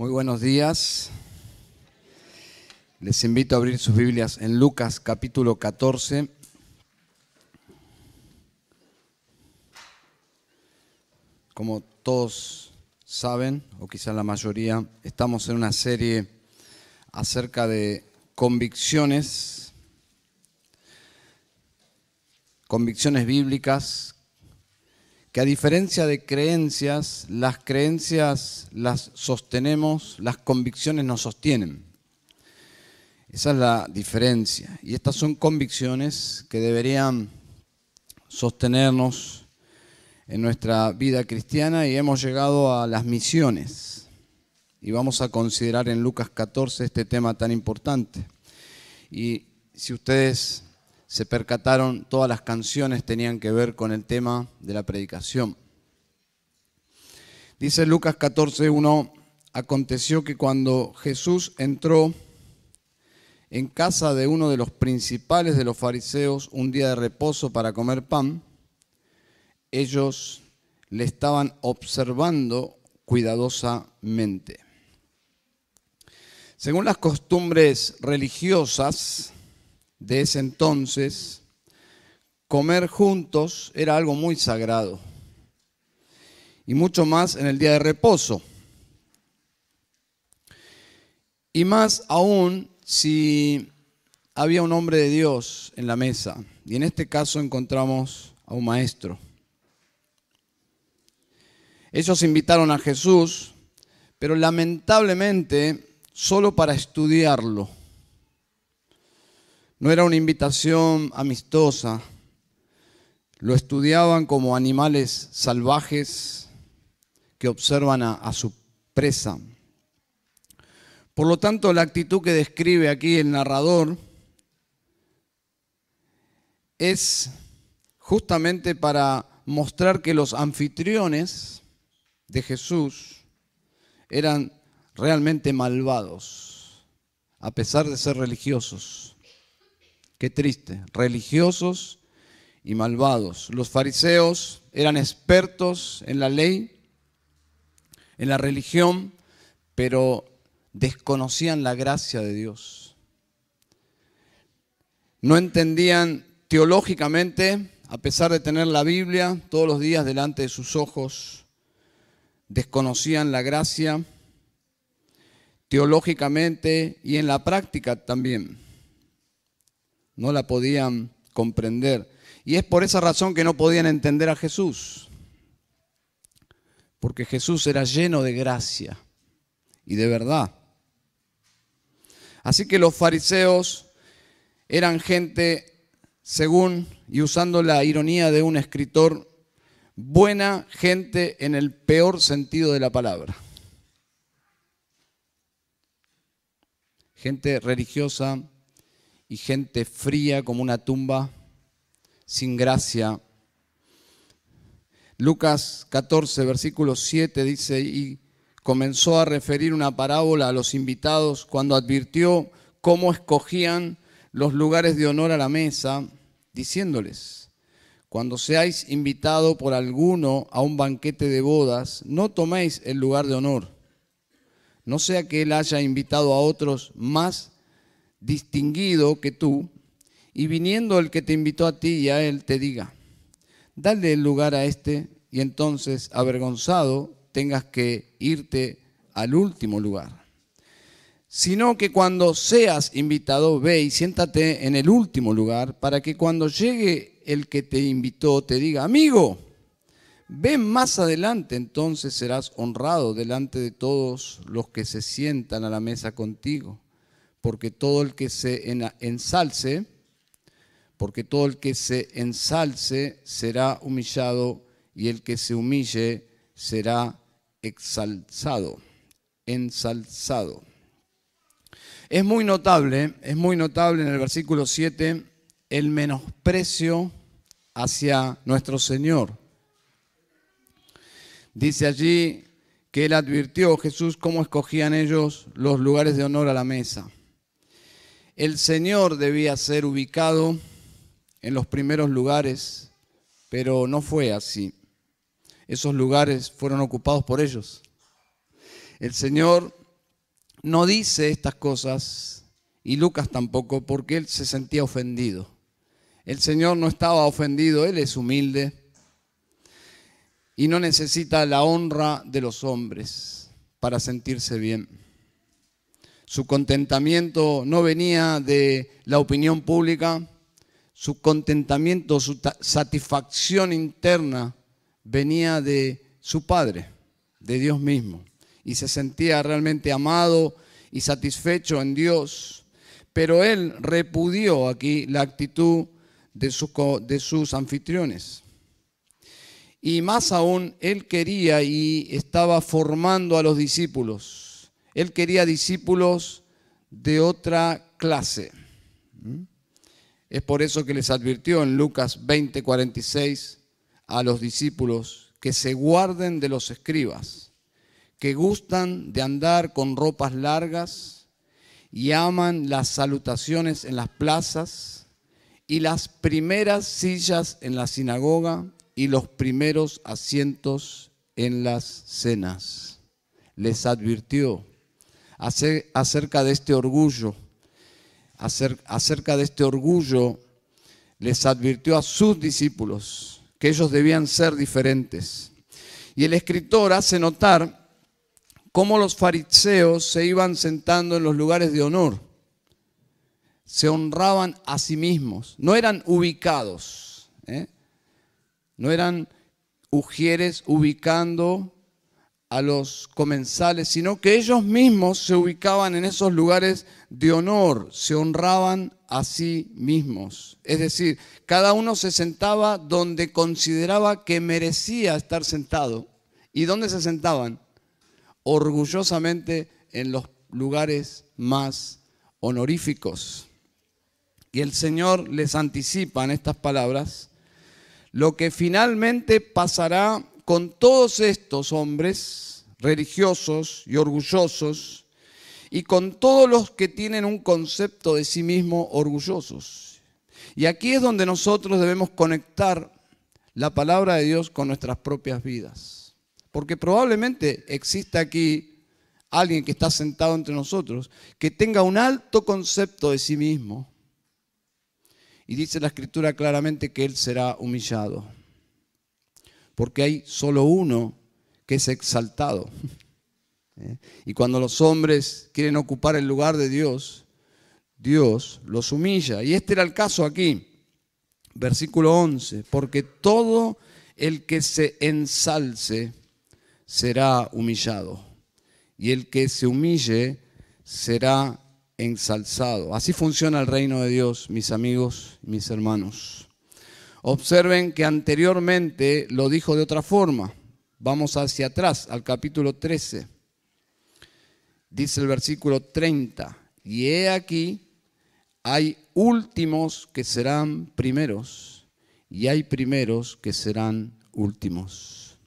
Muy buenos días. Les invito a abrir sus Biblias en Lucas capítulo 14. Como todos saben, o quizá la mayoría, estamos en una serie acerca de convicciones bíblicas, que a diferencia de creencias, las creencias las sostenemos, las convicciones nos sostienen. Esa es la diferencia. Y estas son convicciones que deberían sostenernos en nuestra vida cristiana, y hemos llegado a las misiones. Y vamos a considerar en Lucas 14 este tema tan importante. Y si ustedes se percataron, todas las canciones tenían que ver con el tema de la predicación. Dice Lucas 14:1, aconteció que cuando Jesús entró en casa de uno de los principales de los fariseos un día de reposo para comer pan, ellos le estaban observando cuidadosamente. Según las costumbres religiosas de ese entonces, comer juntos era algo muy sagrado, y mucho más en el día de reposo. Y más aún si había un hombre de Dios en la mesa, y en este caso encontramos a un maestro. Ellos invitaron a Jesús, pero lamentablemente solo para estudiarlo. No era una invitación amistosa. Lo estudiaban como animales salvajes que observan a su presa. Por lo tanto, la actitud que describe aquí el narrador es justamente para mostrar que los anfitriones de Jesús eran realmente malvados, a pesar de ser religiosos. Qué triste, religiosos y malvados. Los fariseos eran expertos en la ley, en la religión, pero desconocían la gracia de Dios. No entendían teológicamente, a pesar de tener la Biblia todos los días delante de sus ojos, desconocían la gracia teológicamente y en la práctica también. No la podían comprender. Y es por esa razón que no podían entender a Jesús. Porque Jesús era lleno de gracia y de verdad. Así que los fariseos eran gente, según y usando la ironía de un escritor, buena gente en el peor sentido de la palabra. Gente religiosa y gente fría como una tumba, sin gracia. Lucas 14, versículo 7 dice, y comenzó a referir una parábola a los invitados cuando advirtió cómo escogían los lugares de honor a la mesa, diciéndoles, cuando seáis invitado por alguno a un banquete de bodas, no toméis el lugar de honor, no sea que él haya invitado a otros más distinguido que tú, y viniendo el que te invitó a ti y a él te diga, dale el lugar a este, y entonces, avergonzado, tengas que irte al último lugar. Sino que cuando seas invitado, ve y siéntate en el último lugar, para que cuando llegue el que te invitó te diga, amigo, ven más adelante, entonces serás honrado delante de todos los que se sientan a la mesa contigo. Porque todo el que se ensalce será humillado, y el que se humille será ensalzado. Es muy notable en el versículo 7 el menosprecio hacia nuestro Señor. Dice allí que él advirtió, Jesús, cómo escogían ellos los lugares de honor a la mesa. El Señor debía ser ubicado en los primeros lugares, pero no fue así. Esos lugares fueron ocupados por ellos. El Señor no dice estas cosas, y Lucas tampoco, porque él se sentía ofendido. El Señor no estaba ofendido, Él es humilde y no necesita la honra de los hombres para sentirse bien. Su contentamiento no venía de la opinión pública, su contentamiento, su satisfacción interna venía de su Padre, de Dios mismo. Y se sentía realmente amado y satisfecho en Dios. Pero él repudió aquí la actitud de sus anfitriones. Y más aún, él quería y estaba formando a los discípulos. Él quería discípulos de otra clase. Es por eso que les advirtió en Lucas 20:46 a los discípulos que se guarden de los escribas, que gustan de andar con ropas largas y aman las salutaciones en las plazas y las primeras sillas en la sinagoga y los primeros asientos en las cenas. Les advirtió acerca de este orgullo, les advirtió a sus discípulos que ellos debían ser diferentes. Y el escritor hace notar cómo los fariseos se iban sentando en los lugares de honor. Se honraban a sí mismos, no eran ubicados, no eran ujieres ubicando a los comensales, sino que ellos mismos se ubicaban en esos lugares de honor, se honraban a sí mismos. Es decir, cada uno se sentaba donde consideraba que merecía estar sentado. ¿Y dónde se sentaban? Orgullosamente en los lugares más honoríficos. Y el Señor les anticipa en estas palabras lo que finalmente pasará con todos estos hombres religiosos y orgullosos y con todos los que tienen un concepto de sí mismos orgullosos. Y aquí es donde nosotros debemos conectar la palabra de Dios con nuestras propias vidas. Porque probablemente exista aquí alguien que está sentado entre nosotros que tenga un alto concepto de sí mismo. Y dice la Escritura claramente que él será humillado. Porque hay solo uno que es exaltado. Y cuando los hombres quieren ocupar el lugar de Dios, Dios los humilla. Y este era el caso aquí. Versículo 11. Porque todo el que se ensalce será humillado. Y el que se humille será ensalzado. Así funciona el reino de Dios, mis amigos y mis hermanos. Observen que anteriormente lo dijo de otra forma. Vamos hacia atrás, al capítulo 13. Dice el versículo 30. Y he aquí, hay últimos que serán primeros, y hay primeros que serán últimos.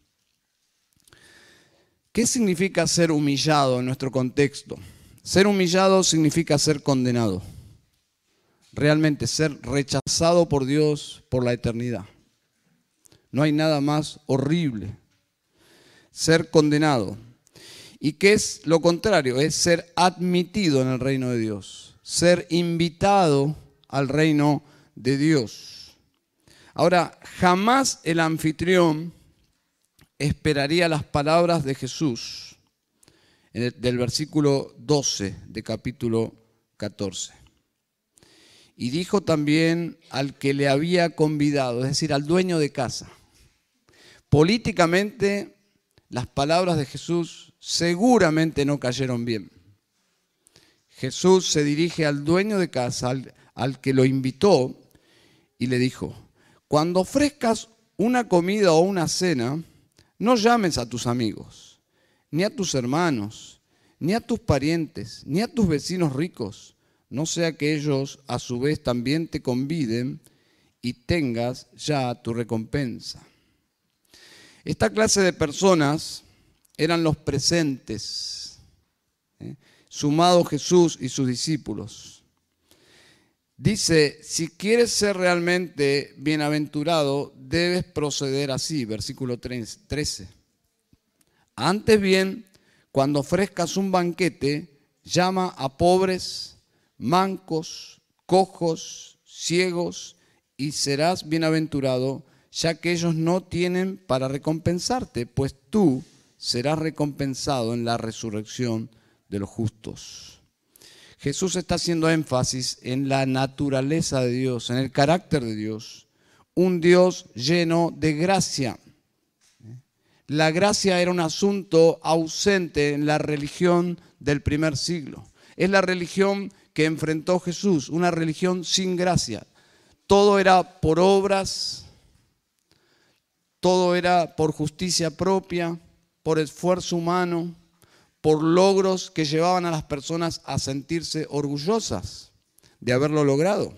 ¿Qué significa ser humillado en nuestro contexto? Ser humillado significa ser condenado. Realmente ser rechazado por Dios por la eternidad. No hay nada más horrible. Ser condenado. ¿Y qué es lo contrario? Es ser admitido en el reino de Dios. Ser invitado al reino de Dios. Ahora, jamás el anfitrión esperaría las palabras de Jesús del versículo 12 de capítulo 14. Y dijo también al que le había convidado, es decir, al dueño de casa. Políticamente, las palabras de Jesús seguramente no cayeron bien. Jesús se dirige al dueño de casa, al que lo invitó, y le dijo: cuando ofrezcas una comida o una cena, no llames a tus amigos, ni a tus hermanos, ni a tus parientes, ni a tus vecinos ricos, no sea que ellos a su vez también te conviden y tengas ya tu recompensa. Esta clase de personas eran los presentes, sumados Jesús y sus discípulos. Dice, si quieres ser realmente bienaventurado, debes proceder así, versículo 13. Antes bien, cuando ofrezcas un banquete, llama a pobres, mancos, cojos, ciegos, y serás bienaventurado, ya que ellos no tienen para recompensarte, pues tú serás recompensado en la resurrección de los justos. Jesús está haciendo énfasis en la naturaleza de Dios, en el carácter de Dios, un Dios lleno de gracia. La gracia era un asunto ausente en la religión del primer siglo. Es la religión que enfrentó Jesús, una religión sin gracia. Todo era por obras, todo era por justicia propia, por esfuerzo humano, por logros que llevaban a las personas a sentirse orgullosas de haberlo logrado.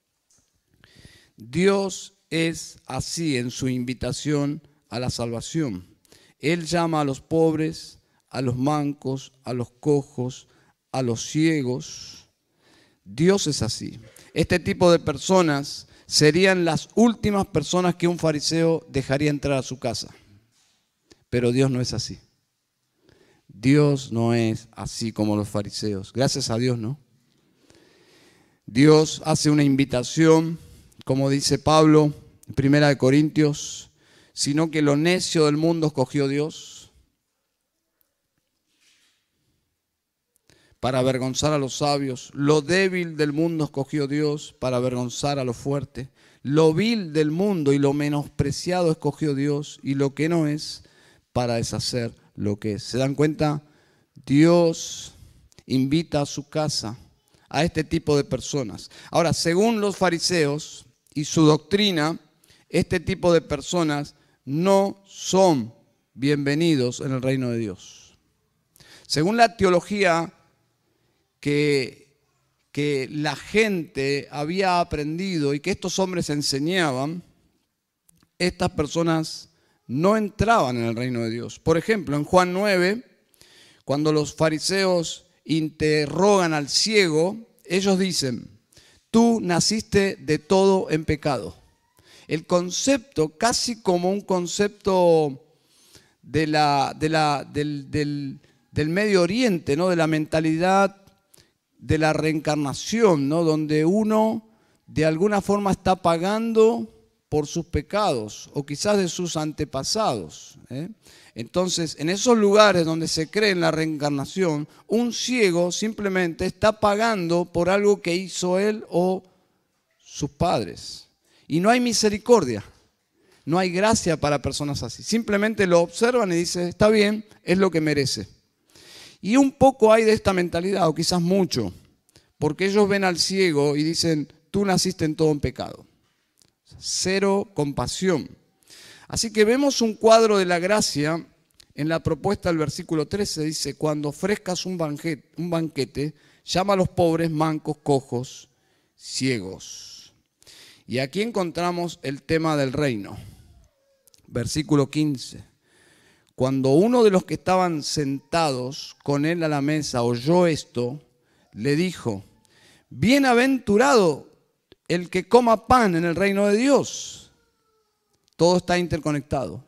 Dios es así en su invitación a la salvación. Él llama a los pobres, a los mancos, a los cojos, a los ciegos. Dios es así. Este tipo de personas serían las últimas personas que un fariseo dejaría entrar a su casa. Pero Dios no es así. Dios no es así como los fariseos. Gracias a Dios, ¿no? Dios hace una invitación, como dice Pablo en 1 Corintios, sino que lo necio del mundo escogió Dios para avergonzar a los sabios. Lo débil del mundo escogió Dios para avergonzar a lo fuerte. Lo vil del mundo y lo menospreciado escogió Dios, y lo que no es para deshacer lo que es. ¿Se dan cuenta? Dios invita a su casa a este tipo de personas. Ahora, según los fariseos y su doctrina, este tipo de personas no son bienvenidos en el reino de Dios. Según la teología que la gente había aprendido y que estos hombres enseñaban, estas personas no entraban en el reino de Dios. Por ejemplo, en Juan 9, cuando los fariseos interrogan al ciego, ellos dicen: tú naciste de todo en pecado. El concepto, casi como un concepto del Medio Oriente, ¿no? De la mentalidad de la reencarnación, ¿no? Donde uno de alguna forma está pagando por sus pecados o quizás de sus antepasados. Entonces, en esos lugares donde se cree en la reencarnación, un ciego simplemente está pagando por algo que hizo él o sus padres. Y no hay misericordia, no hay gracia para personas así. Simplemente lo observan y dicen: está bien, es lo que merece. Y un poco hay de esta mentalidad, o quizás mucho, porque ellos ven al ciego y dicen: tú naciste en todo en pecado. Cero compasión. Así que vemos un cuadro de la gracia en la propuesta del versículo 13. Dice: cuando ofrezcas un banquete, llama a los pobres, mancos, cojos, ciegos. Y aquí encontramos el tema del reino. Versículo 15. Cuando uno de los que estaban sentados con él a la mesa oyó esto, le dijo: bienaventurado el que coma pan en el reino de Dios. Todo está interconectado.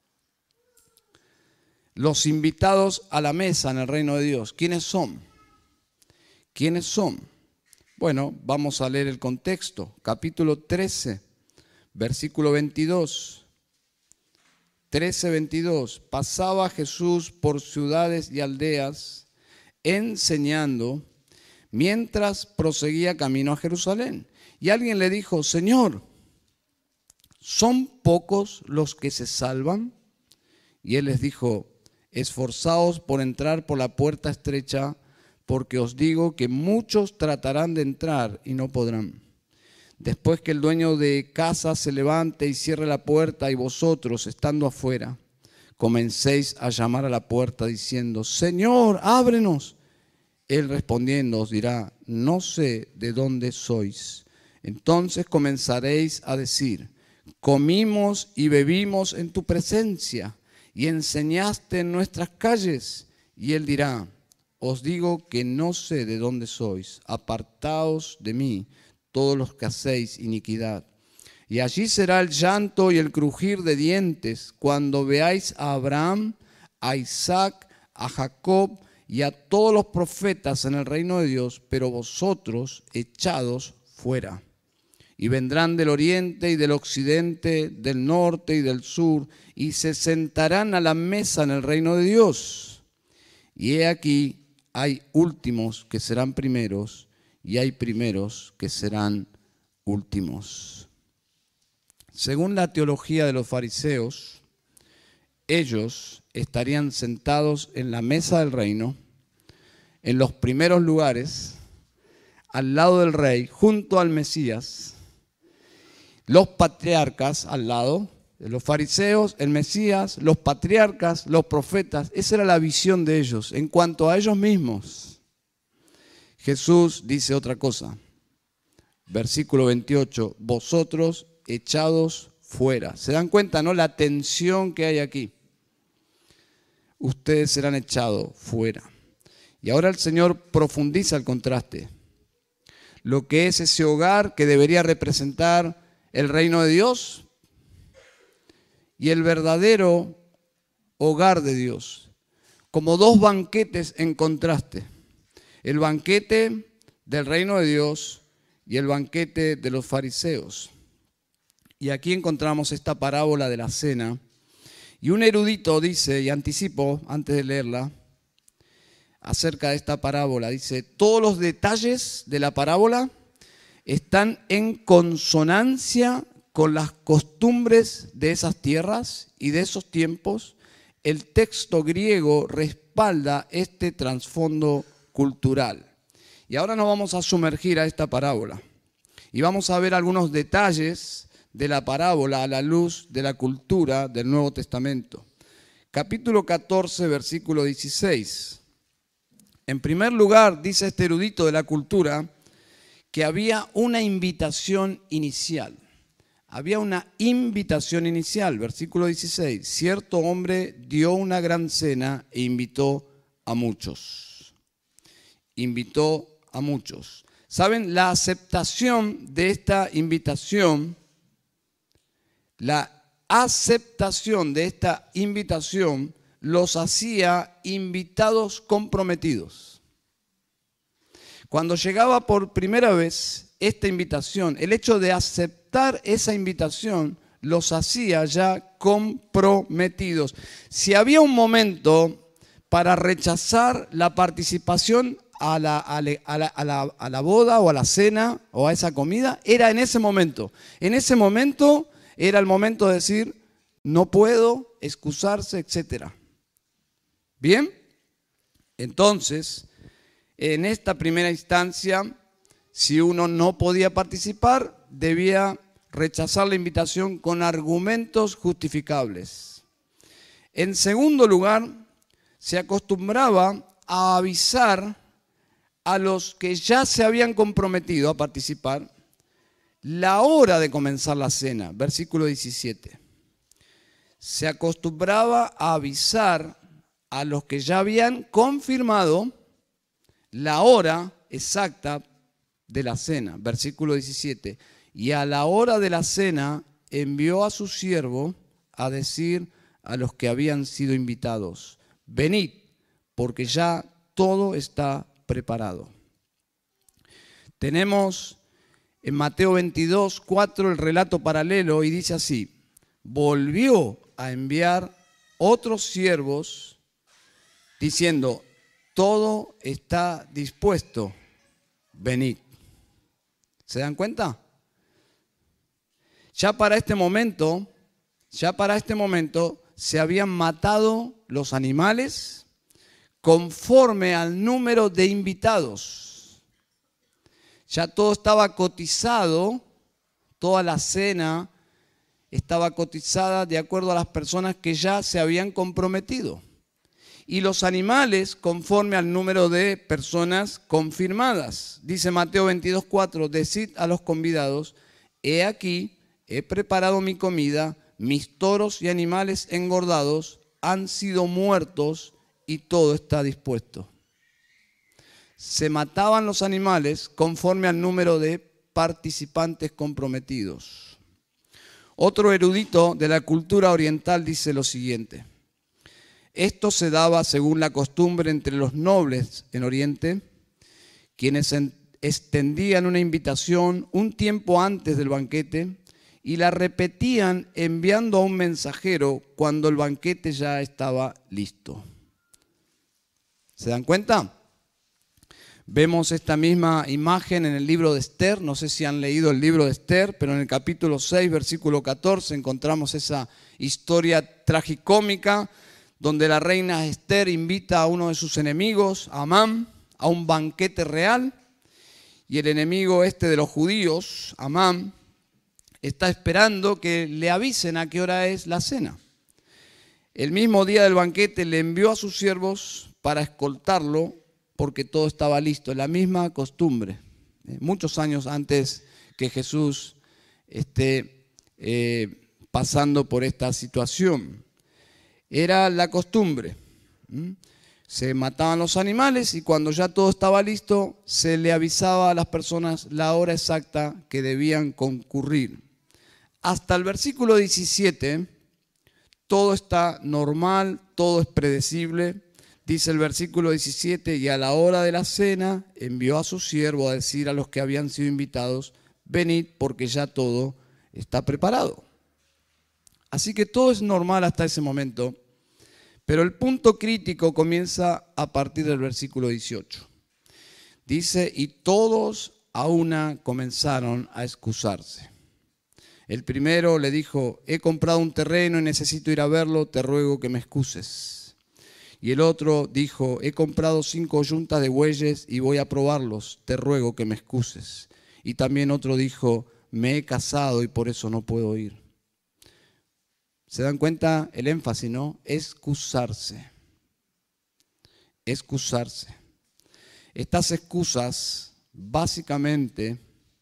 Los invitados a la mesa en el reino de Dios, ¿quiénes son? ¿Quiénes son? Bueno, vamos a leer el contexto. Capítulo 13, versículo 22. 13, 22. Pasaba Jesús por ciudades y aldeas enseñando mientras proseguía camino a Jerusalén. Y alguien le dijo: Señor, ¿son pocos los que se salvan? Y él les dijo: esforzaos por entrar por la puerta estrecha, porque os digo que muchos tratarán de entrar y no podrán. Después que el dueño de casa se levante y cierre la puerta, y vosotros, estando afuera, comencéis a llamar a la puerta diciendo: Señor, ábrenos. Él respondiendo os dirá: no sé de dónde sois. Entonces comenzaréis a decir: comimos y bebimos en tu presencia, y enseñaste en nuestras calles. Y él dirá: os digo que no sé de dónde sois, apartaos de mí, todos los que hacéis iniquidad. Y allí será el llanto y el crujir de dientes, cuando veáis a Abraham, a Isaac, a Jacob y a todos los profetas en el reino de Dios, pero vosotros echados fuera. Y vendrán del oriente y del occidente, del norte y del sur, y se sentarán a la mesa en el reino de Dios. Y he aquí, hay últimos que serán primeros, y hay primeros que serán últimos. Según la teología de los fariseos, ellos estarían sentados en la mesa del reino, en los primeros lugares, al lado del rey, junto al Mesías, los patriarcas al lado, los fariseos, el Mesías, los patriarcas, los profetas. Esa era la visión de ellos en cuanto a ellos mismos. Jesús dice otra cosa. Versículo 28, vosotros echados fuera. ¿Se dan cuenta, no? La tensión que hay aquí. Ustedes serán echados fuera. Y ahora el Señor profundiza el contraste. Lo que es ese hogar que debería representar el reino de Dios y el verdadero hogar de Dios, como dos banquetes en contraste. El banquete del reino de Dios y el banquete de los fariseos. Y aquí encontramos esta parábola de la cena. Y un erudito dice, y anticipo antes de leerla, acerca de esta parábola, dice, todos los detalles de la parábola están en consonancia con las costumbres de esas tierras y de esos tiempos. El texto griego respalda este trasfondo cultural. Y ahora nos vamos a sumergir a esta parábola y vamos a ver algunos detalles de la parábola a la luz de la cultura del Nuevo Testamento. Capítulo 14, versículo 16. En primer lugar, dice este erudito de la cultura, que había una invitación inicial. Había una invitación inicial, versículo 16. Cierto hombre dio una gran cena e invitó a muchos. Invitó a muchos. ¿Saben? La aceptación de esta invitación, los hacía invitados comprometidos. Cuando llegaba por primera vez esta invitación, el hecho de aceptar esa invitación los hacía ya comprometidos. Si había un momento para rechazar la participación a la boda o a la cena o a esa comida, era en ese momento. En ese momento era el momento de decir, no puedo, excusarse, etc. ¿Bien? Entonces, en esta primera instancia, si uno no podía participar, debía rechazar la invitación con argumentos justificables. En segundo lugar, se acostumbraba a avisar a los que ya se habían comprometido a participar la hora de comenzar la cena, versículo 17. Se acostumbraba a avisar a los que ya habían confirmado la hora exacta de la cena, versículo 17. Y a la hora de la cena envió a su siervo a decir a los que habían sido invitados, venid, porque ya todo está preparado. Tenemos en Mateo 22, 4 el relato paralelo y dice así, volvió a enviar otros siervos diciendo, todo está dispuesto, venid. ¿Se dan cuenta? Ya para este momento se habían matado los animales conforme al número de invitados. Ya todo estaba cotizado, toda la cena estaba cotizada de acuerdo a las personas que ya se habían comprometido. Y los animales conforme al número de personas confirmadas. Dice Mateo 22:4, decid a los convidados, he aquí, he preparado mi comida, mis toros y animales engordados han sido muertos y todo está dispuesto. Se mataban los animales conforme al número de participantes comprometidos. Otro erudito de la cultura oriental dice lo siguiente. Esto se daba según la costumbre entre los nobles en Oriente, quienes extendían una invitación un tiempo antes del banquete y la repetían enviando a un mensajero cuando el banquete ya estaba listo. ¿Se dan cuenta? Vemos esta misma imagen en el libro de Esther. No sé si han leído el libro de Esther, pero en el capítulo 6, versículo 14, encontramos esa historia tragicómica donde la reina Esther invita a uno de sus enemigos, a Amán, a un banquete real. Y el enemigo de los judíos, Amán, está esperando que le avisen a qué hora es la cena. El mismo día del banquete le envió a sus siervos para escoltarlo porque todo estaba listo, la misma costumbre. Muchos años antes que Jesús esté pasando por esta situación. Era la costumbre. Se mataban los animales y cuando ya todo estaba listo, se le avisaba a las personas la hora exacta que debían concurrir. Hasta el versículo 17, todo está normal, todo es predecible. Dice el versículo 17, y a la hora de la cena envió a su siervo a decir a los que habían sido invitados, venid porque ya todo está preparado. Así que todo es normal hasta ese momento, pero el punto crítico comienza a partir del versículo 18. Dice, y todos a una comenzaron a excusarse. El primero le dijo, he comprado un terreno y necesito ir a verlo, te ruego que me excuses. Y el otro dijo, he comprado 5 yuntas de bueyes y voy a probarlos, te ruego que me excuses. Y también otro dijo, me he casado y por eso no puedo ir. ¿Se dan cuenta el énfasis, no? Excusarse. Excusarse. Estas excusas básicamente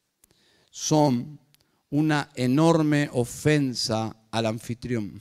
son una enorme ofensa al anfitrión.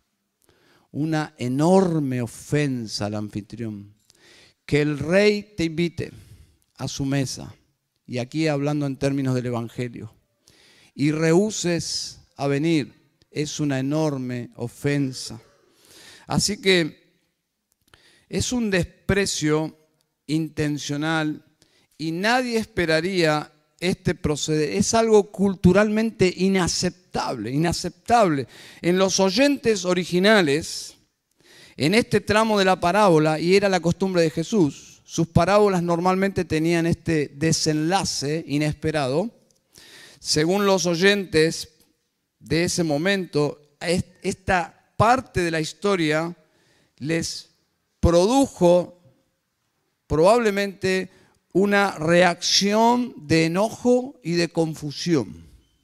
Una enorme ofensa al anfitrión. Que el rey te invite a su mesa, y aquí hablando en términos del Evangelio, y rehuses a venir, es una enorme ofensa. Así que es un desprecio intencional y nadie esperaría este proceder. Es algo culturalmente inaceptable, inaceptable. En los oyentes originales, en este tramo de la parábola, y era la costumbre de Jesús, sus parábolas normalmente tenían este desenlace inesperado. Según los oyentes de ese momento, esta parte de la historia les produjo probablemente una reacción de enojo y de confusión.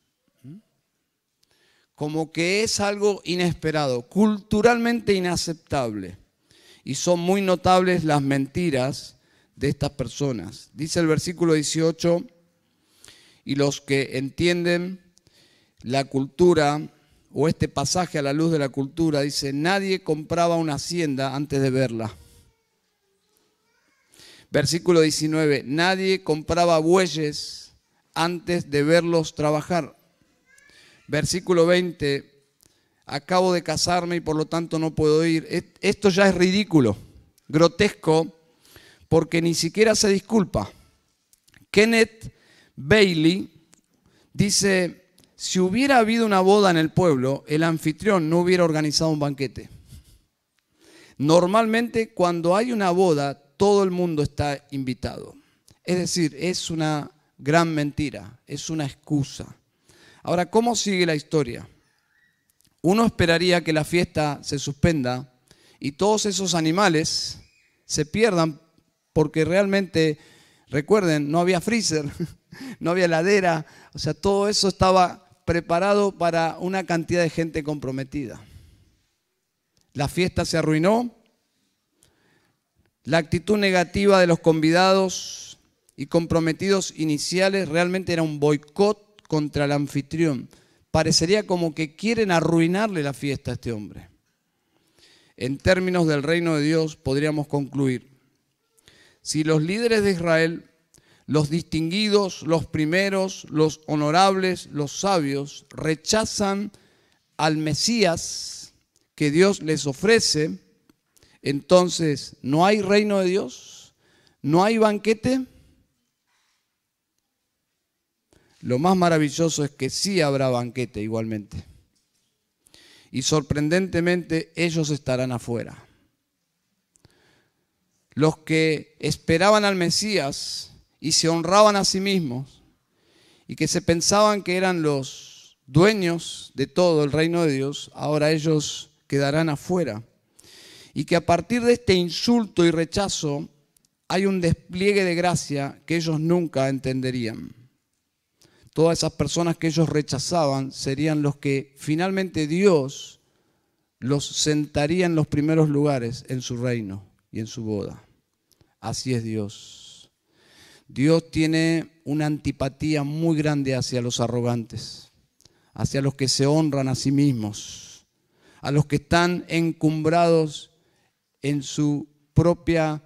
Como que es algo inesperado, culturalmente inaceptable. Y son muy notables las mentiras de estas personas. Dice el versículo 18, y los que entienden la cultura o este pasaje a la luz de la cultura, dice, nadie compraba una hacienda antes de verla. Versículo 19, nadie compraba bueyes antes de verlos trabajar. Versículo 20, acabo de casarme y por lo tanto no puedo ir. Esto ya es ridículo, grotesco, porque ni siquiera se disculpa. Kenneth Bailey dice, si hubiera habido una boda en el pueblo, el anfitrión no hubiera organizado un banquete. Normalmente cuando hay una boda, todo el mundo está invitado. Es decir, es una gran mentira, es una excusa. Ahora, ¿cómo sigue la historia? Uno esperaría que la fiesta se suspenda y todos esos animales se pierdan porque realmente, recuerden, no había freezer, no había heladera, o sea, todo eso estaba preparado para una cantidad de gente comprometida. La fiesta se arruinó. La actitud negativa de los convidados y comprometidos iniciales realmente era un boicot contra el anfitrión. Parecería como que quieren arruinarle la fiesta a este hombre. En términos del reino de Dios podríamos concluir, si los líderes de Israel, los distinguidos, los primeros, los honorables, los sabios, rechazan al Mesías que Dios les ofrece, Entonces, ¿no hay reino de Dios? ¿No hay banquete? Lo más maravilloso es que sí habrá banquete igualmente. Y sorprendentemente ellos estarán afuera. Los que esperaban al Mesías y se honraban a sí mismos y que se pensaban que eran los dueños de todo el reino de Dios, ahora ellos quedarán afuera. Y que a partir de este insulto y rechazo hay un despliegue de gracia que ellos nunca entenderían. Todas esas personas que ellos rechazaban serían los que finalmente Dios los sentaría en los primeros lugares en su reino y en su boda. Así es Dios. Dios tiene una antipatía muy grande hacia los arrogantes, hacia los que se honran a sí mismos, a los que están encumbrados en sus propias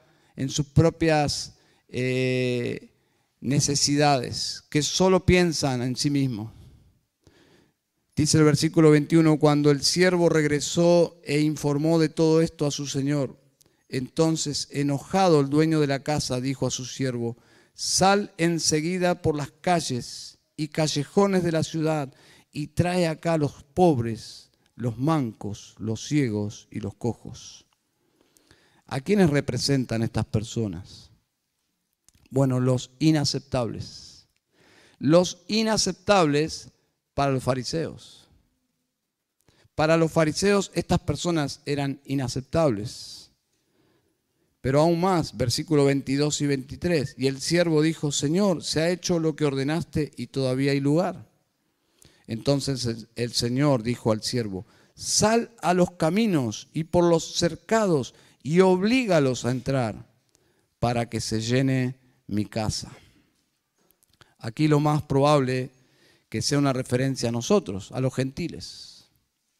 necesidades, que solo piensan en sí mismos. Dice el versículo 21, cuando el siervo regresó e informó de todo esto a su señor, entonces enojado el dueño de la casa dijo a su siervo, sal enseguida por las calles y callejones de la ciudad y trae acá a los pobres, los mancos, los ciegos y los cojos. ¿A quiénes representan estas personas? Bueno, los inaceptables. Los inaceptables para los fariseos. Para los fariseos estas personas eran inaceptables. Pero aún más, versículos 22 y 23. Y el siervo dijo, Señor, se ha hecho lo que ordenaste y todavía hay lugar. Entonces el Señor dijo al siervo, sal a los caminos y por los cercados y oblígalos a entrar para que se llene mi casa. Aquí lo más probable que sea una referencia a nosotros, a los gentiles.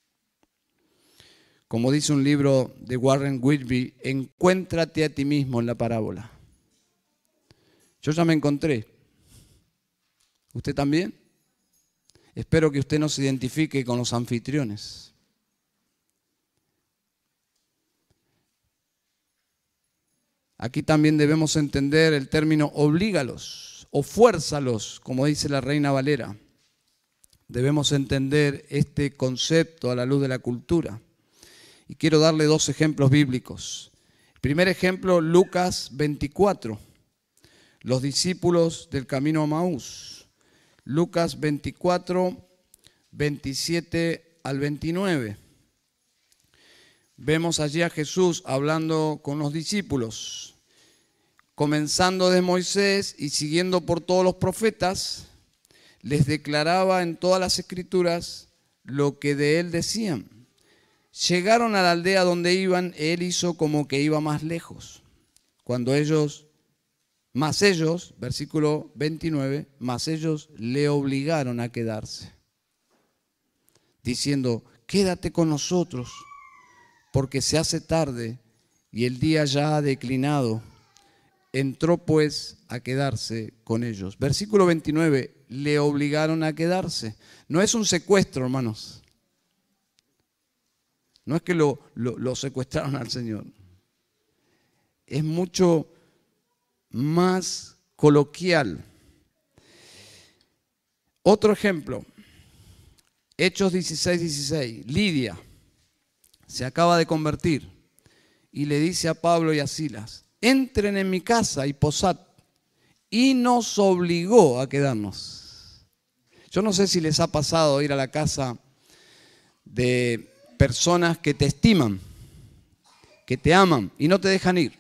Como dice un libro de Warren Whitby, encuéntrate a ti mismo en la parábola. Yo ya me encontré. ¿Usted también? Espero que usted no se identifique con los anfitriones. Aquí también debemos entender el término oblígalos o fuérzalos, como dice la Reina Valera. Debemos entender este concepto a la luz de la cultura. Y quiero darle dos ejemplos bíblicos. El primer ejemplo, Lucas 24, los discípulos del camino a Maús. Lucas 24, 27 al 29. Vemos allí a Jesús hablando con los discípulos, comenzando de Moisés y siguiendo por todos los profetas, les declaraba en todas las escrituras lo que de él decían. Llegaron a la aldea donde iban, él hizo como que iba más lejos. Cuando ellos, versículo 29, más ellos le obligaron a quedarse, diciendo, quédate con nosotros, porque se hace tarde y el día ya ha declinado. Entró pues a quedarse con ellos. Versículo 29, le obligaron a quedarse. No es un secuestro, hermanos. No es que lo secuestraron al Señor. Es mucho más coloquial. Otro ejemplo, Hechos 16:16. Lidia se acaba de convertir y le dice a Pablo y a Silas, entren en mi casa y posad. Y nos obligó a quedarnos. Yo no sé si les ha pasado ir a la casa de personas que te estiman, que te aman y no te dejan ir.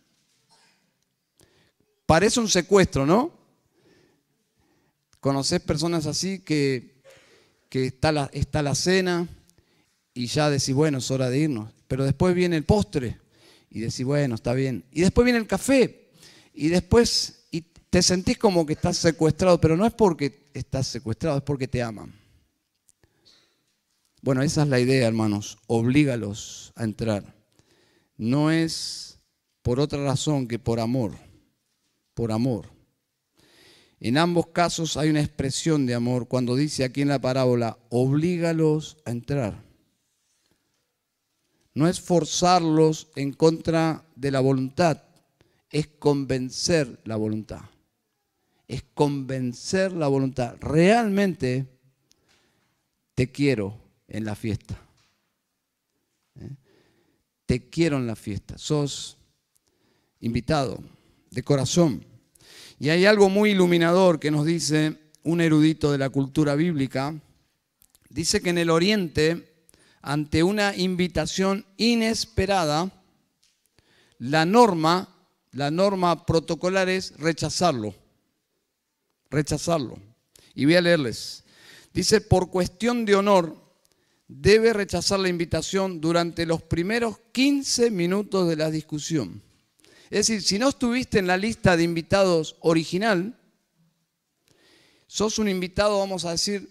Parece un secuestro, ¿no? ¿Conocés personas así que está la cena y ya decís, bueno, es hora de irnos? Pero después viene el postre y decís, bueno, está bien. Y después viene el café y después te sentís como que estás secuestrado, pero no es porque estás secuestrado, es porque te aman. Bueno, esa es la idea, hermanos. Oblígalos a entrar. No es por otra razón que por amor. Por amor. En ambos casos hay una expresión de amor cuando dice aquí en la parábola, oblígalos a entrar. no es forzarlos en contra de la voluntad, es convencer la voluntad. Es convencer la voluntad. Realmente te quiero en la fiesta. Te quiero en la fiesta. Sos invitado de corazón. Y hay algo muy iluminador que nos dice un erudito de la cultura bíblica. Dice que en el Oriente, ante una invitación inesperada, la norma protocolar es rechazarlo. Rechazarlo. Y voy a leerles. Dice, por cuestión de honor, debe rechazar la invitación durante los primeros 15 minutos de la discusión. Es decir, si no estuviste en la lista de invitados original, sos un invitado, vamos a decir,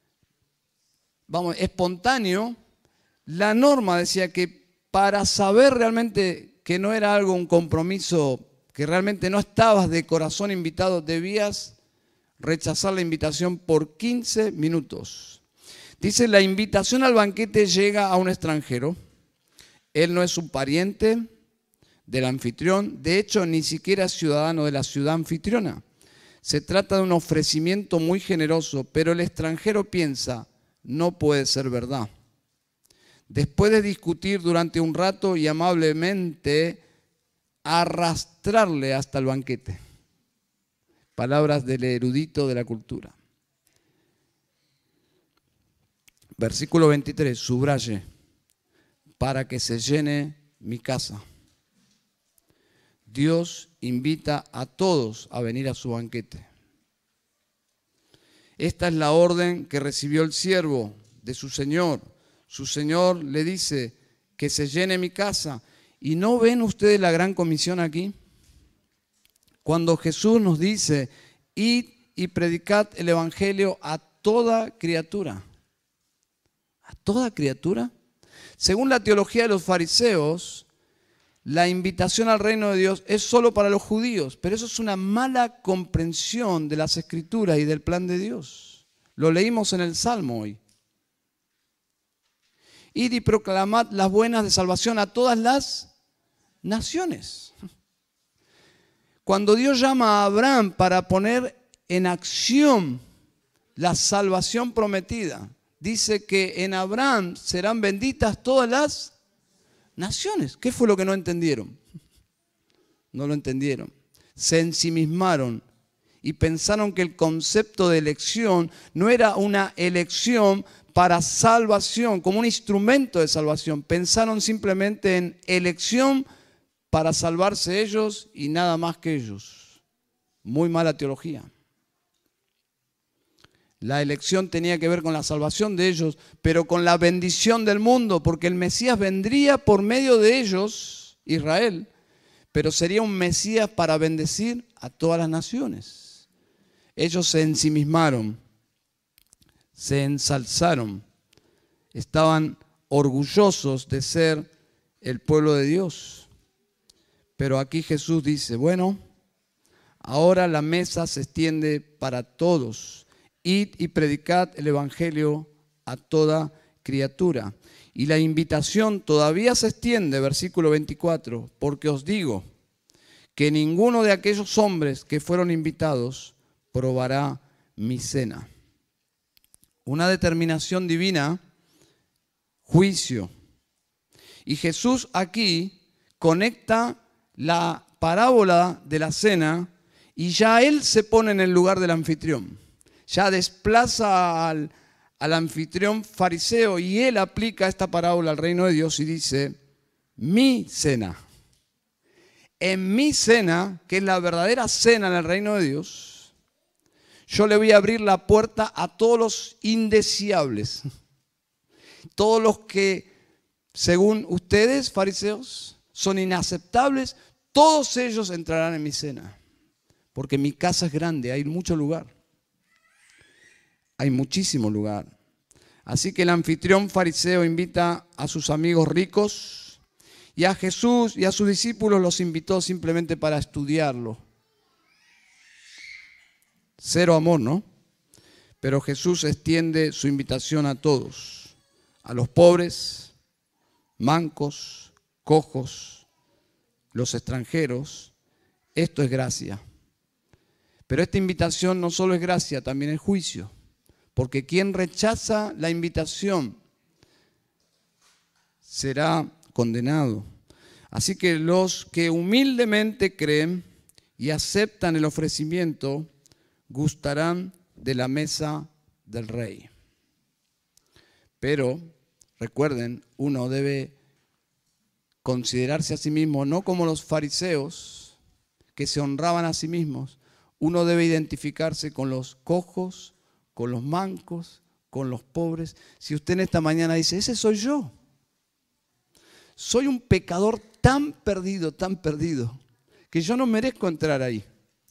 espontáneo. La norma decía que para saber realmente que no era algo, un compromiso, que realmente no estabas de corazón invitado, debías rechazar la invitación por 15 minutos. Dice, la invitación al banquete llega a un extranjero. Él no es un pariente del anfitrión, de hecho ni siquiera es ciudadano de la ciudad anfitriona. Se trata de un ofrecimiento muy generoso, pero el extranjero piensa, no puede ser verdad. Después de discutir durante un rato y amablemente arrastrarle hasta el banquete. Palabras del erudito de la cultura. Versículo 23, subraye, para que se llene mi casa. Dios invita a todos a venir a su banquete. Esta es la orden que recibió el siervo de su Señor. Su Señor le dice que se llene mi casa. ¿Y no ven ustedes la gran comisión aquí? Cuando Jesús nos dice, id y predicad el evangelio a toda criatura. ¿A toda criatura? Según la teología de los fariseos, la invitación al reino de Dios es solo para los judíos, pero eso es una mala comprensión de las Escrituras y del plan de Dios. Lo leímos en el Salmo hoy. Id y proclamad las buenas de salvación a todas las naciones. Cuando Dios llama a Abraham para poner en acción la salvación prometida, dice que en Abraham serán benditas todas las naciones. ¿Qué fue lo que no entendieron? No lo entendieron. Se ensimismaron y pensaron que el concepto de elección no era una elección para salvación, como un instrumento de salvación. Pensaron simplemente en elección para salvarse ellos y nada más que ellos. Muy mala teología. La elección tenía que ver con la salvación de ellos, pero con la bendición del mundo, porque el Mesías vendría por medio de ellos, Israel, pero sería un Mesías para bendecir a todas las naciones. Ellos se ensimismaron, se ensalzaron, estaban orgullosos de ser el pueblo de Dios. Pero aquí Jesús dice, bueno, ahora la mesa se extiende para todos. Id y predicad el evangelio a toda criatura. Y la invitación todavía se extiende, versículo 24, porque os digo que ninguno de aquellos hombres que fueron invitados probará mi cena. Una determinación divina, juicio. Y Jesús aquí conecta la parábola de la cena y ya Él se pone en el lugar del anfitrión. Ya desplaza al anfitrión fariseo y Él aplica esta parábola al reino de Dios y dice, mi cena. En mi cena, que es la verdadera cena en el reino de Dios, yo le voy a abrir la puerta a todos los indeseables. Todos los que, según ustedes, fariseos, son inaceptables, todos ellos entrarán en mi cena. Porque mi casa es grande, hay mucho lugar. Hay muchísimo lugar. Así que el anfitrión fariseo invita a sus amigos ricos y a Jesús y a sus discípulos los invitó simplemente para estudiarlo. Cero amor, ¿no? Pero Jesús extiende su invitación a todos, a los pobres, mancos, cojos, los extranjeros. Esto es gracia. Pero esta invitación no solo es gracia, también es juicio. Porque quien rechaza la invitación será condenado. Así que los que humildemente creen y aceptan el ofrecimiento gustarán de la mesa del rey. Pero, recuerden, uno debe considerarse a sí mismo no como los fariseos que se honraban a sí mismos. Uno debe identificarse con los cojos, con los mancos, con los pobres. Si usted en esta mañana dice, ese soy yo. Soy un pecador tan perdido, que yo no merezco entrar ahí.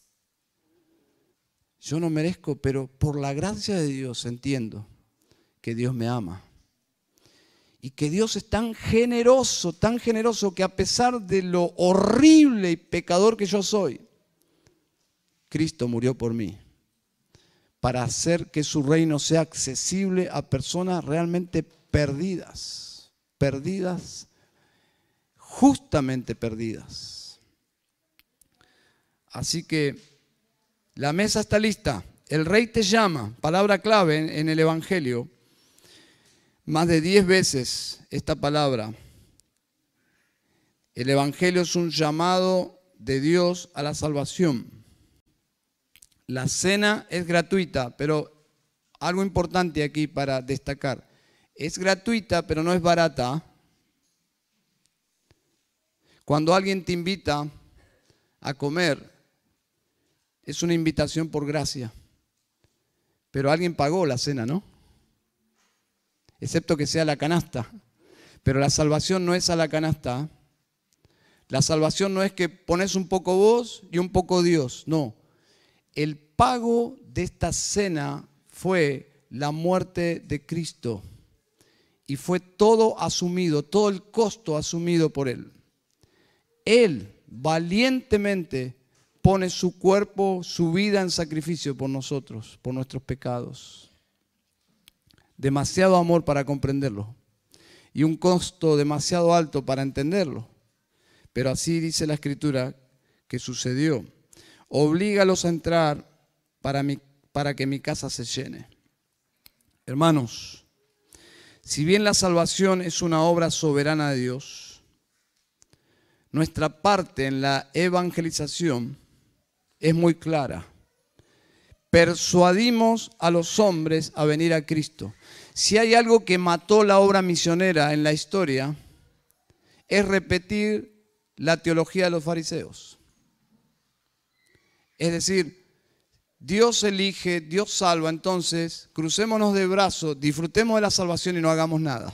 Yo no merezco, pero por la gracia de Dios entiendo que Dios me ama. Y que Dios es tan generoso que a pesar de lo horrible y pecador que yo soy, Cristo murió por mí para hacer que su reino sea accesible a personas realmente perdidas, justamente perdidas. Así que la mesa está lista, el rey te llama, palabra clave en el Evangelio, más de 10 veces esta palabra. El Evangelio es un llamado de Dios a la salvación. La cena es gratuita, pero algo importante aquí para destacar, es gratuita pero no es barata. Cuando alguien te invita a comer, es una invitación por gracia. Pero alguien pagó la cena, ¿no? Excepto que sea la canasta. Pero la salvación no es a la canasta. La salvación no es que pones un poco vos y un poco Dios. No. El pago de esta cena fue la muerte de Cristo. Y fue todo asumido, todo el costo asumido por Él. Él valientemente pone su cuerpo, su vida en sacrificio por nosotros, por nuestros pecados. Demasiado amor para comprenderlo y un costo demasiado alto para entenderlo. Pero así dice la Escritura que sucedió. Oblígalos a entrar para que mi casa se llene. Hermanos, si bien la salvación es una obra soberana de Dios, nuestra parte en la evangelización es muy clara. Persuadimos a los hombres a venir a Cristo. Si hay algo que mató la obra misionera en la historia, es repetir la teología de los fariseos. Es decir, Dios elige, Dios salva, entonces crucémonos de brazos, disfrutemos de la salvación y no hagamos nada.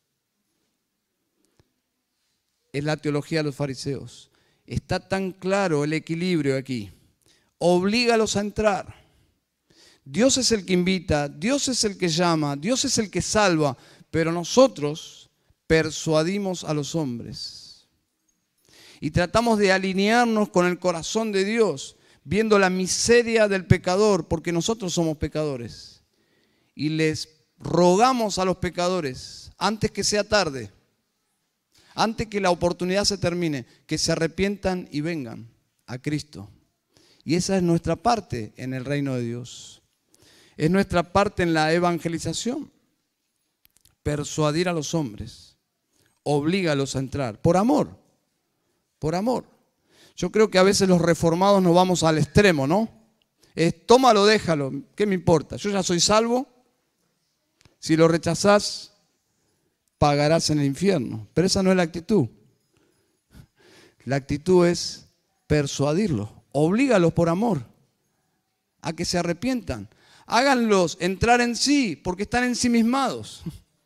Es la teología de los fariseos. Está tan claro el equilibrio aquí. Oblígalos a entrar. Dios es el que invita, Dios es el que llama, Dios es el que salva, pero nosotros persuadimos a los hombres. Y tratamos de alinearnos con el corazón de Dios, viendo la miseria del pecador, porque nosotros somos pecadores. Y les rogamos a los pecadores, antes que sea tarde, antes que la oportunidad se termine, que se arrepientan y vengan a Cristo. Y esa es nuestra parte en el reino de Dios. Es nuestra parte en la evangelización. Persuadir a los hombres. Oblígalos a entrar. Por amor. Por amor. Yo creo que a veces los reformados nos vamos al extremo, ¿no? Es tómalo, déjalo. ¿Qué me importa? Yo ya soy salvo. Si lo rechazás, pagarás en el infierno. Pero esa no es la actitud. La actitud es persuadirlos. Oblígalos por amor a que se arrepientan. Háganlos entrar en sí, porque están ensimismados.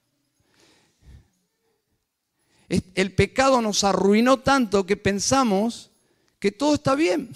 El pecado nos arruinó tanto que pensamos que todo está bien.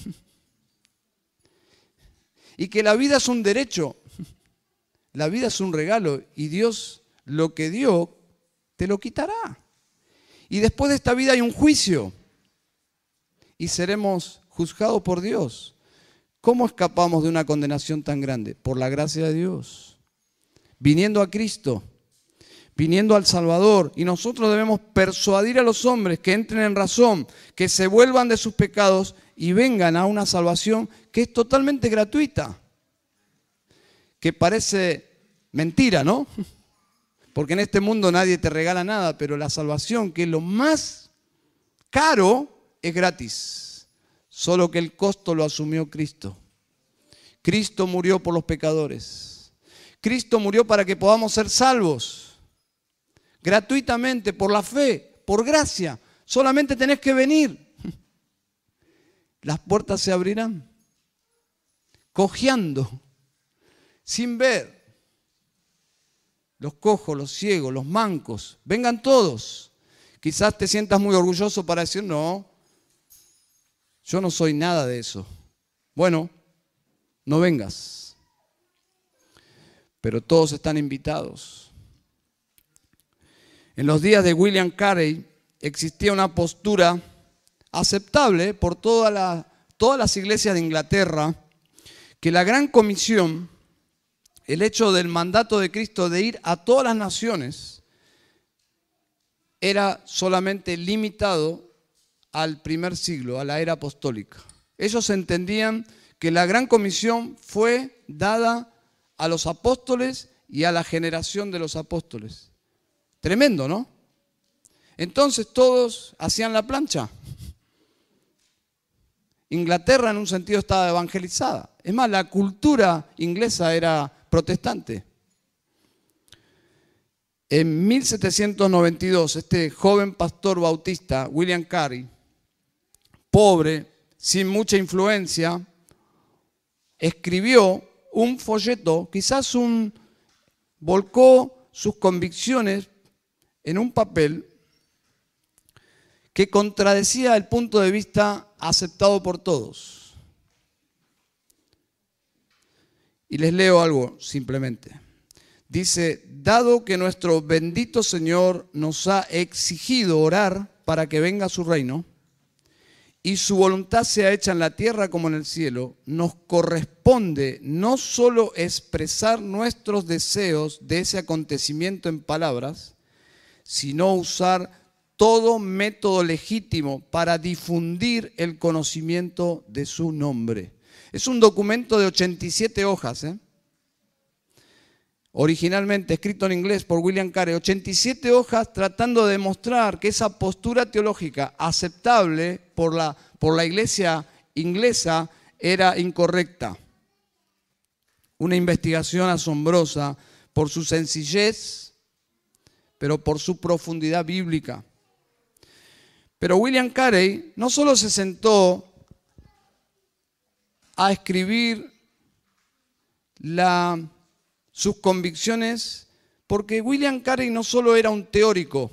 Y que la vida es un derecho. La vida es un regalo. Y Dios lo que dio, te lo quitará. Y después de esta vida hay un juicio. Y seremos juzgados por Dios. ¿Cómo escapamos de una condenación tan grande? Por la gracia de Dios. Viniendo a Cristo. viniendo al Salvador, y nosotros debemos persuadir a los hombres que entren en razón, que se vuelvan de sus pecados y vengan a una salvación que es totalmente gratuita, que parece mentira, ¿no? Porque en este mundo nadie te regala nada, pero la salvación, que es lo más caro, es gratis, solo que el costo lo asumió Cristo. Cristo murió por los pecadores. Cristo murió para que podamos ser salvos. Gratuitamente, por la fe, por gracia. Solamente tenés que venir. Las puertas se abrirán. Cojeando, sin ver. Los cojos, los ciegos, los mancos, vengan todos. Quizás te sientas muy orgulloso para decir, no, yo no soy nada de eso. Bueno, no vengas. Pero todos están invitados. En los días de William Carey existía una postura aceptable por todas las iglesias de Inglaterra, que la gran comisión, el hecho del mandato de Cristo de ir a todas las naciones, era solamente limitado al primer siglo, a la era apostólica. Ellos entendían que la gran comisión fue dada a los apóstoles y a la generación de los apóstoles. Tremendo, ¿no? Entonces todos hacían la plancha. Inglaterra en un sentido estaba evangelizada. Es más, la cultura inglesa era protestante. En 1792, este joven pastor bautista, William Carey, pobre, sin mucha influencia, escribió un folleto, volcó sus convicciones en un papel que contradecía el punto de vista aceptado por todos. Y les leo algo simplemente. Dice, dado que nuestro bendito Señor nos ha exigido orar para que venga su reino, y su voluntad sea hecha en la tierra como en el cielo, nos corresponde no solo expresar nuestros deseos de ese acontecimiento en palabras, sino usar todo método legítimo para difundir el conocimiento de su nombre. Es un documento de 87 hojas, originalmente escrito en inglés por William Carey, 87 hojas tratando de demostrar que esa postura teológica aceptable por la iglesia inglesa era incorrecta. Una investigación asombrosa por su sencillez, pero por su profundidad bíblica. Pero William Carey no solo se sentó a escribir sus convicciones, porque William Carey no solo era un teórico,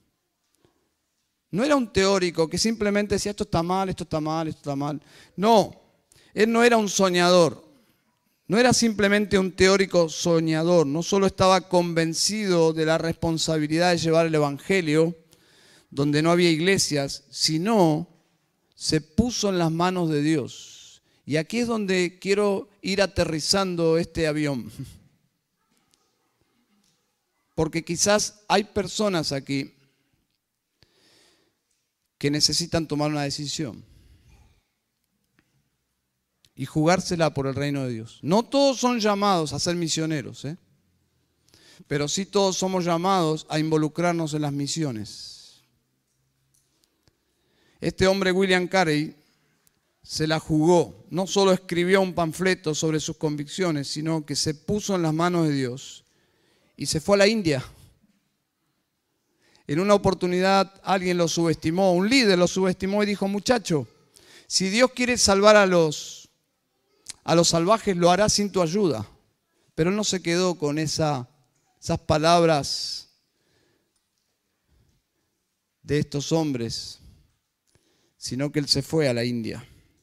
no era un teórico que simplemente decía esto está mal, esto está mal, esto está mal. No, él no era un soñador, no era simplemente un teórico soñador, no solo estaba convencido de la responsabilidad de llevar el evangelio donde no había iglesias, sino se puso en las manos de Dios. Y aquí es donde quiero ir aterrizando este avión. Porque quizás hay personas aquí que necesitan tomar una decisión y jugársela por el reino de Dios. No todos son llamados a ser misioneros, pero sí todos somos llamados a involucrarnos en las misiones. Este hombre, William Carey, se la jugó. No solo escribió un panfleto sobre sus convicciones, sino que se puso en las manos de Dios y se fue a la India. En una oportunidad alguien lo subestimó, un líder lo subestimó y dijo, muchacho, si Dios quiere salvar a los salvajes, lo hará sin tu ayuda. Pero él no se quedó con esas palabras de estos hombres, sino que él se fue a la India.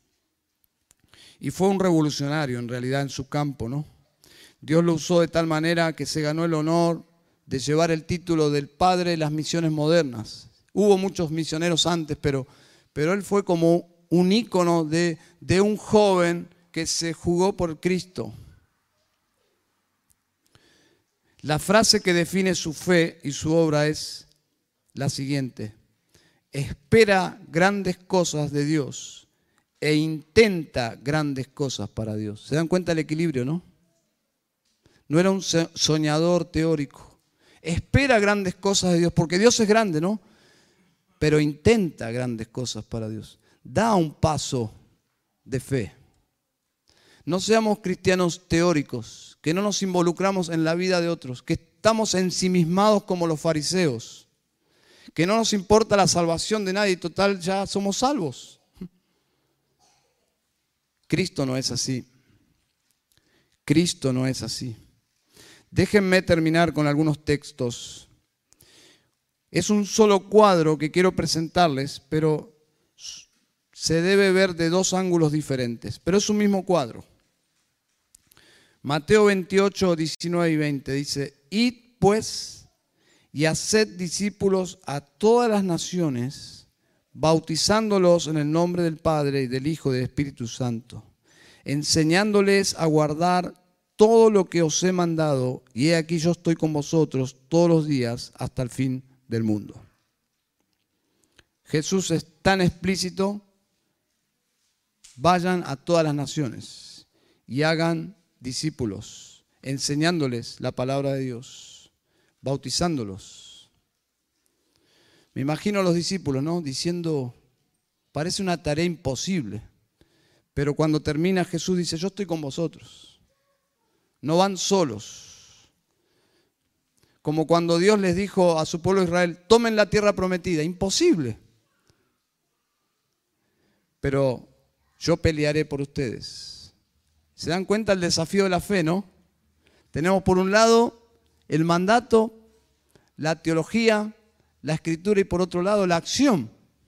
Y fue un revolucionario en realidad en su campo, ¿no? Dios lo usó de tal manera que se ganó el honor de llevar el título del padre de las misiones modernas. Hubo muchos misioneros antes, pero él fue como un ícono de un joven que se jugó por Cristo. La frase que define su fe y su obra es la siguiente: espera grandes cosas de Dios e intenta grandes cosas para Dios. ¿Se dan cuenta del equilibrio, no? No era un soñador teórico. Espera grandes cosas de Dios, porque Dios es grande, ¿no? Pero intenta grandes cosas para Dios. Da un paso de fe. No seamos cristianos teóricos, que no nos involucramos en la vida de otros, que estamos ensimismados como los fariseos, que no nos importa la salvación de nadie, total ya somos salvos. Cristo no es así. Cristo no es así. Déjenme terminar con algunos textos. Es un solo cuadro que quiero presentarles, pero se debe ver de dos ángulos diferentes, pero es un mismo cuadro. Mateo 28, 19 y 20 dice: id pues y haced discípulos a todas las naciones, bautizándolos en el nombre del Padre y del Hijo y del Espíritu Santo, enseñándoles a guardar todo lo que os he mandado, y he aquí yo estoy con vosotros todos los días hasta el fin del mundo. Jesús es tan explícito: vayan a todas las naciones y hagan discípulos, enseñándoles la palabra de Dios, bautizándolos. Me imagino a los discípulos, ¿no? Diciendo, parece una tarea imposible, pero cuando termina Jesús dice: yo estoy con vosotros. No van solos. Como cuando Dios les dijo a su pueblo Israel: tomen la tierra prometida. Imposible. Pero yo pelearé por ustedes. ¿Se dan cuenta el desafío de la fe, no? Tenemos por un lado el mandato, la teología, la escritura, y por otro lado la acción.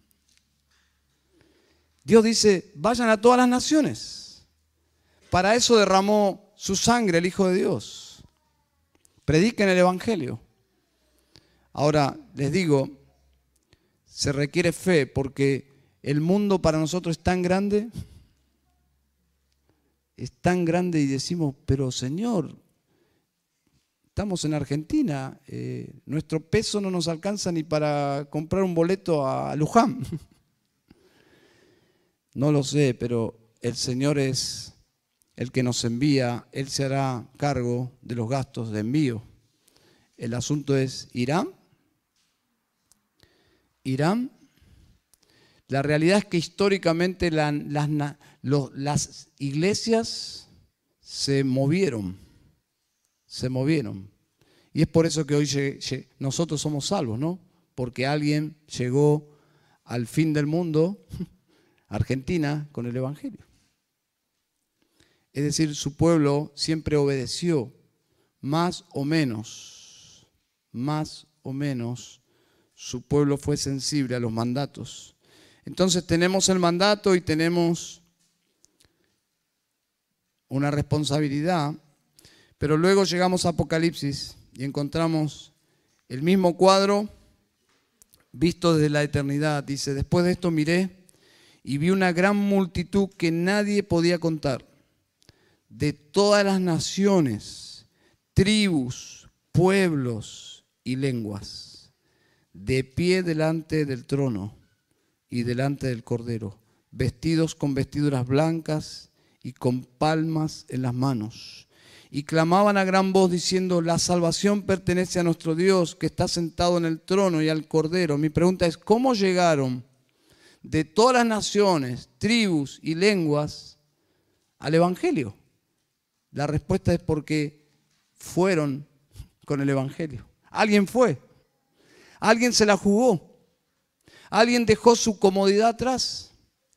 Dios dice: vayan a todas las naciones. Para eso derramó su sangre el Hijo de Dios. Prediquen el Evangelio. Ahora, les digo, se requiere fe, porque el mundo para nosotros es tan grande y decimos: pero Señor, estamos en Argentina, nuestro peso no nos alcanza ni para comprar un boleto a Luján. No lo sé, pero el Señor es el que nos envía. Él se hará cargo de los gastos de envío. El asunto es: ¿irán? ¿Irán? La realidad es que históricamente las iglesias se movieron. Y es por eso que hoy nosotros somos salvos, ¿no? Porque alguien llegó al fin del mundo, Argentina, con el Evangelio. Es decir, su pueblo siempre obedeció, más o menos, su pueblo fue sensible a los mandatos. Entonces tenemos el mandato y tenemos una responsabilidad, pero luego llegamos a Apocalipsis y encontramos el mismo cuadro visto desde la eternidad. Dice: después de esto miré y vi una gran multitud que nadie podía contar, de todas las naciones, tribus, pueblos y lenguas, de pie delante del trono y delante del Cordero, vestidos con vestiduras blancas y con palmas en las manos. Y clamaban a gran voz diciendo: la salvación pertenece a nuestro Dios, que está sentado en el trono, y al Cordero. Mi pregunta es: ¿cómo llegaron de todas las naciones, tribus y lenguas al Evangelio? La respuesta es porque fueron con el Evangelio. Alguien fue. Alguien se la jugó. Alguien dejó su comodidad atrás.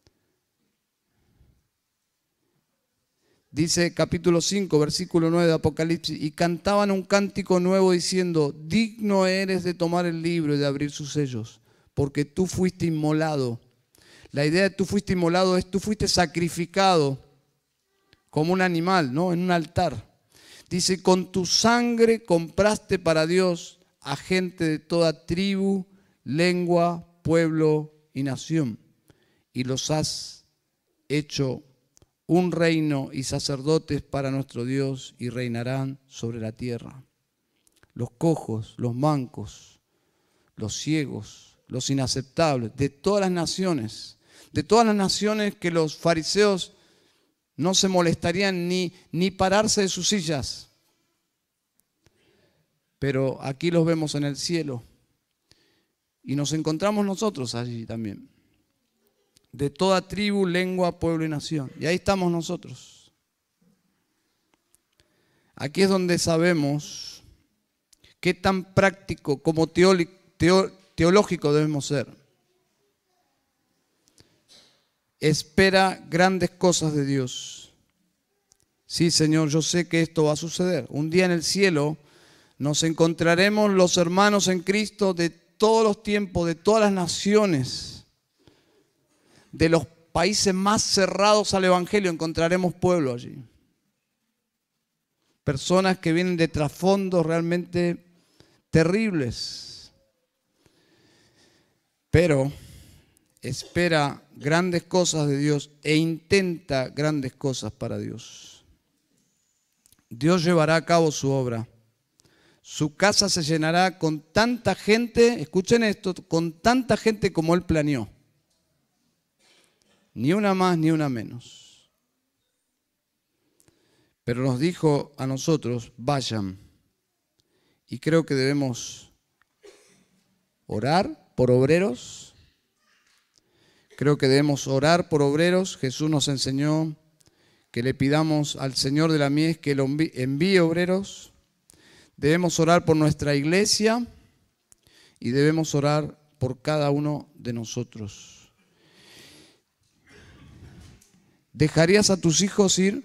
Dice capítulo 5, versículo 9 de Apocalipsis: y cantaban un cántico nuevo diciendo: digno eres de tomar el libro y de abrir sus sellos, porque tú fuiste inmolado. La idea de tú fuiste inmolado es: tú fuiste sacrificado como un animal, ¿no? En un altar. Dice: con tu sangre compraste para Dios a gente de toda tribu, lengua, pueblo y nación, y los has hecho un reino y sacerdotes para nuestro Dios, y reinarán sobre la tierra. los cojos, los mancos, los ciegos, los inaceptables, de todas las naciones que los fariseos no se molestarían ni pararse de sus sillas. Pero aquí los vemos en el cielo y nos encontramos nosotros allí también. De toda tribu, lengua, pueblo y nación. Y ahí estamos nosotros. Aquí es donde sabemos qué tan práctico como teológico debemos ser. Espera grandes cosas de Dios. Sí, Señor, yo sé que esto va a suceder. Un día en el cielo nos encontraremos los hermanos en Cristo de todos los tiempos, de todas las naciones, de los países más cerrados al Evangelio, encontraremos pueblo allí. Personas que vienen de trasfondos realmente terribles. Pero espera grandes cosas de Dios e intenta grandes cosas para Dios. Dios llevará a cabo su obra. Su casa se llenará con tanta gente, escuchen esto, con tanta gente como Él planeó. Ni una más ni una menos. Pero nos dijo a nosotros, vayan. Y creo que debemos orar por obreros. Creo que debemos orar por obreros. Jesús nos enseñó que le pidamos al Señor de la mies que envíe obreros. Debemos orar por nuestra iglesia y debemos orar por cada uno de nosotros. ¿Dejarías a tus hijos ir?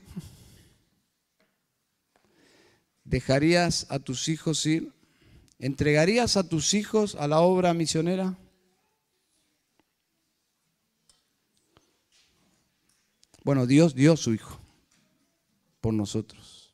¿Dejarías a tus hijos ir? ¿Entregarías a tus hijos a la obra misionera? Bueno, Dios dio a su Hijo por nosotros.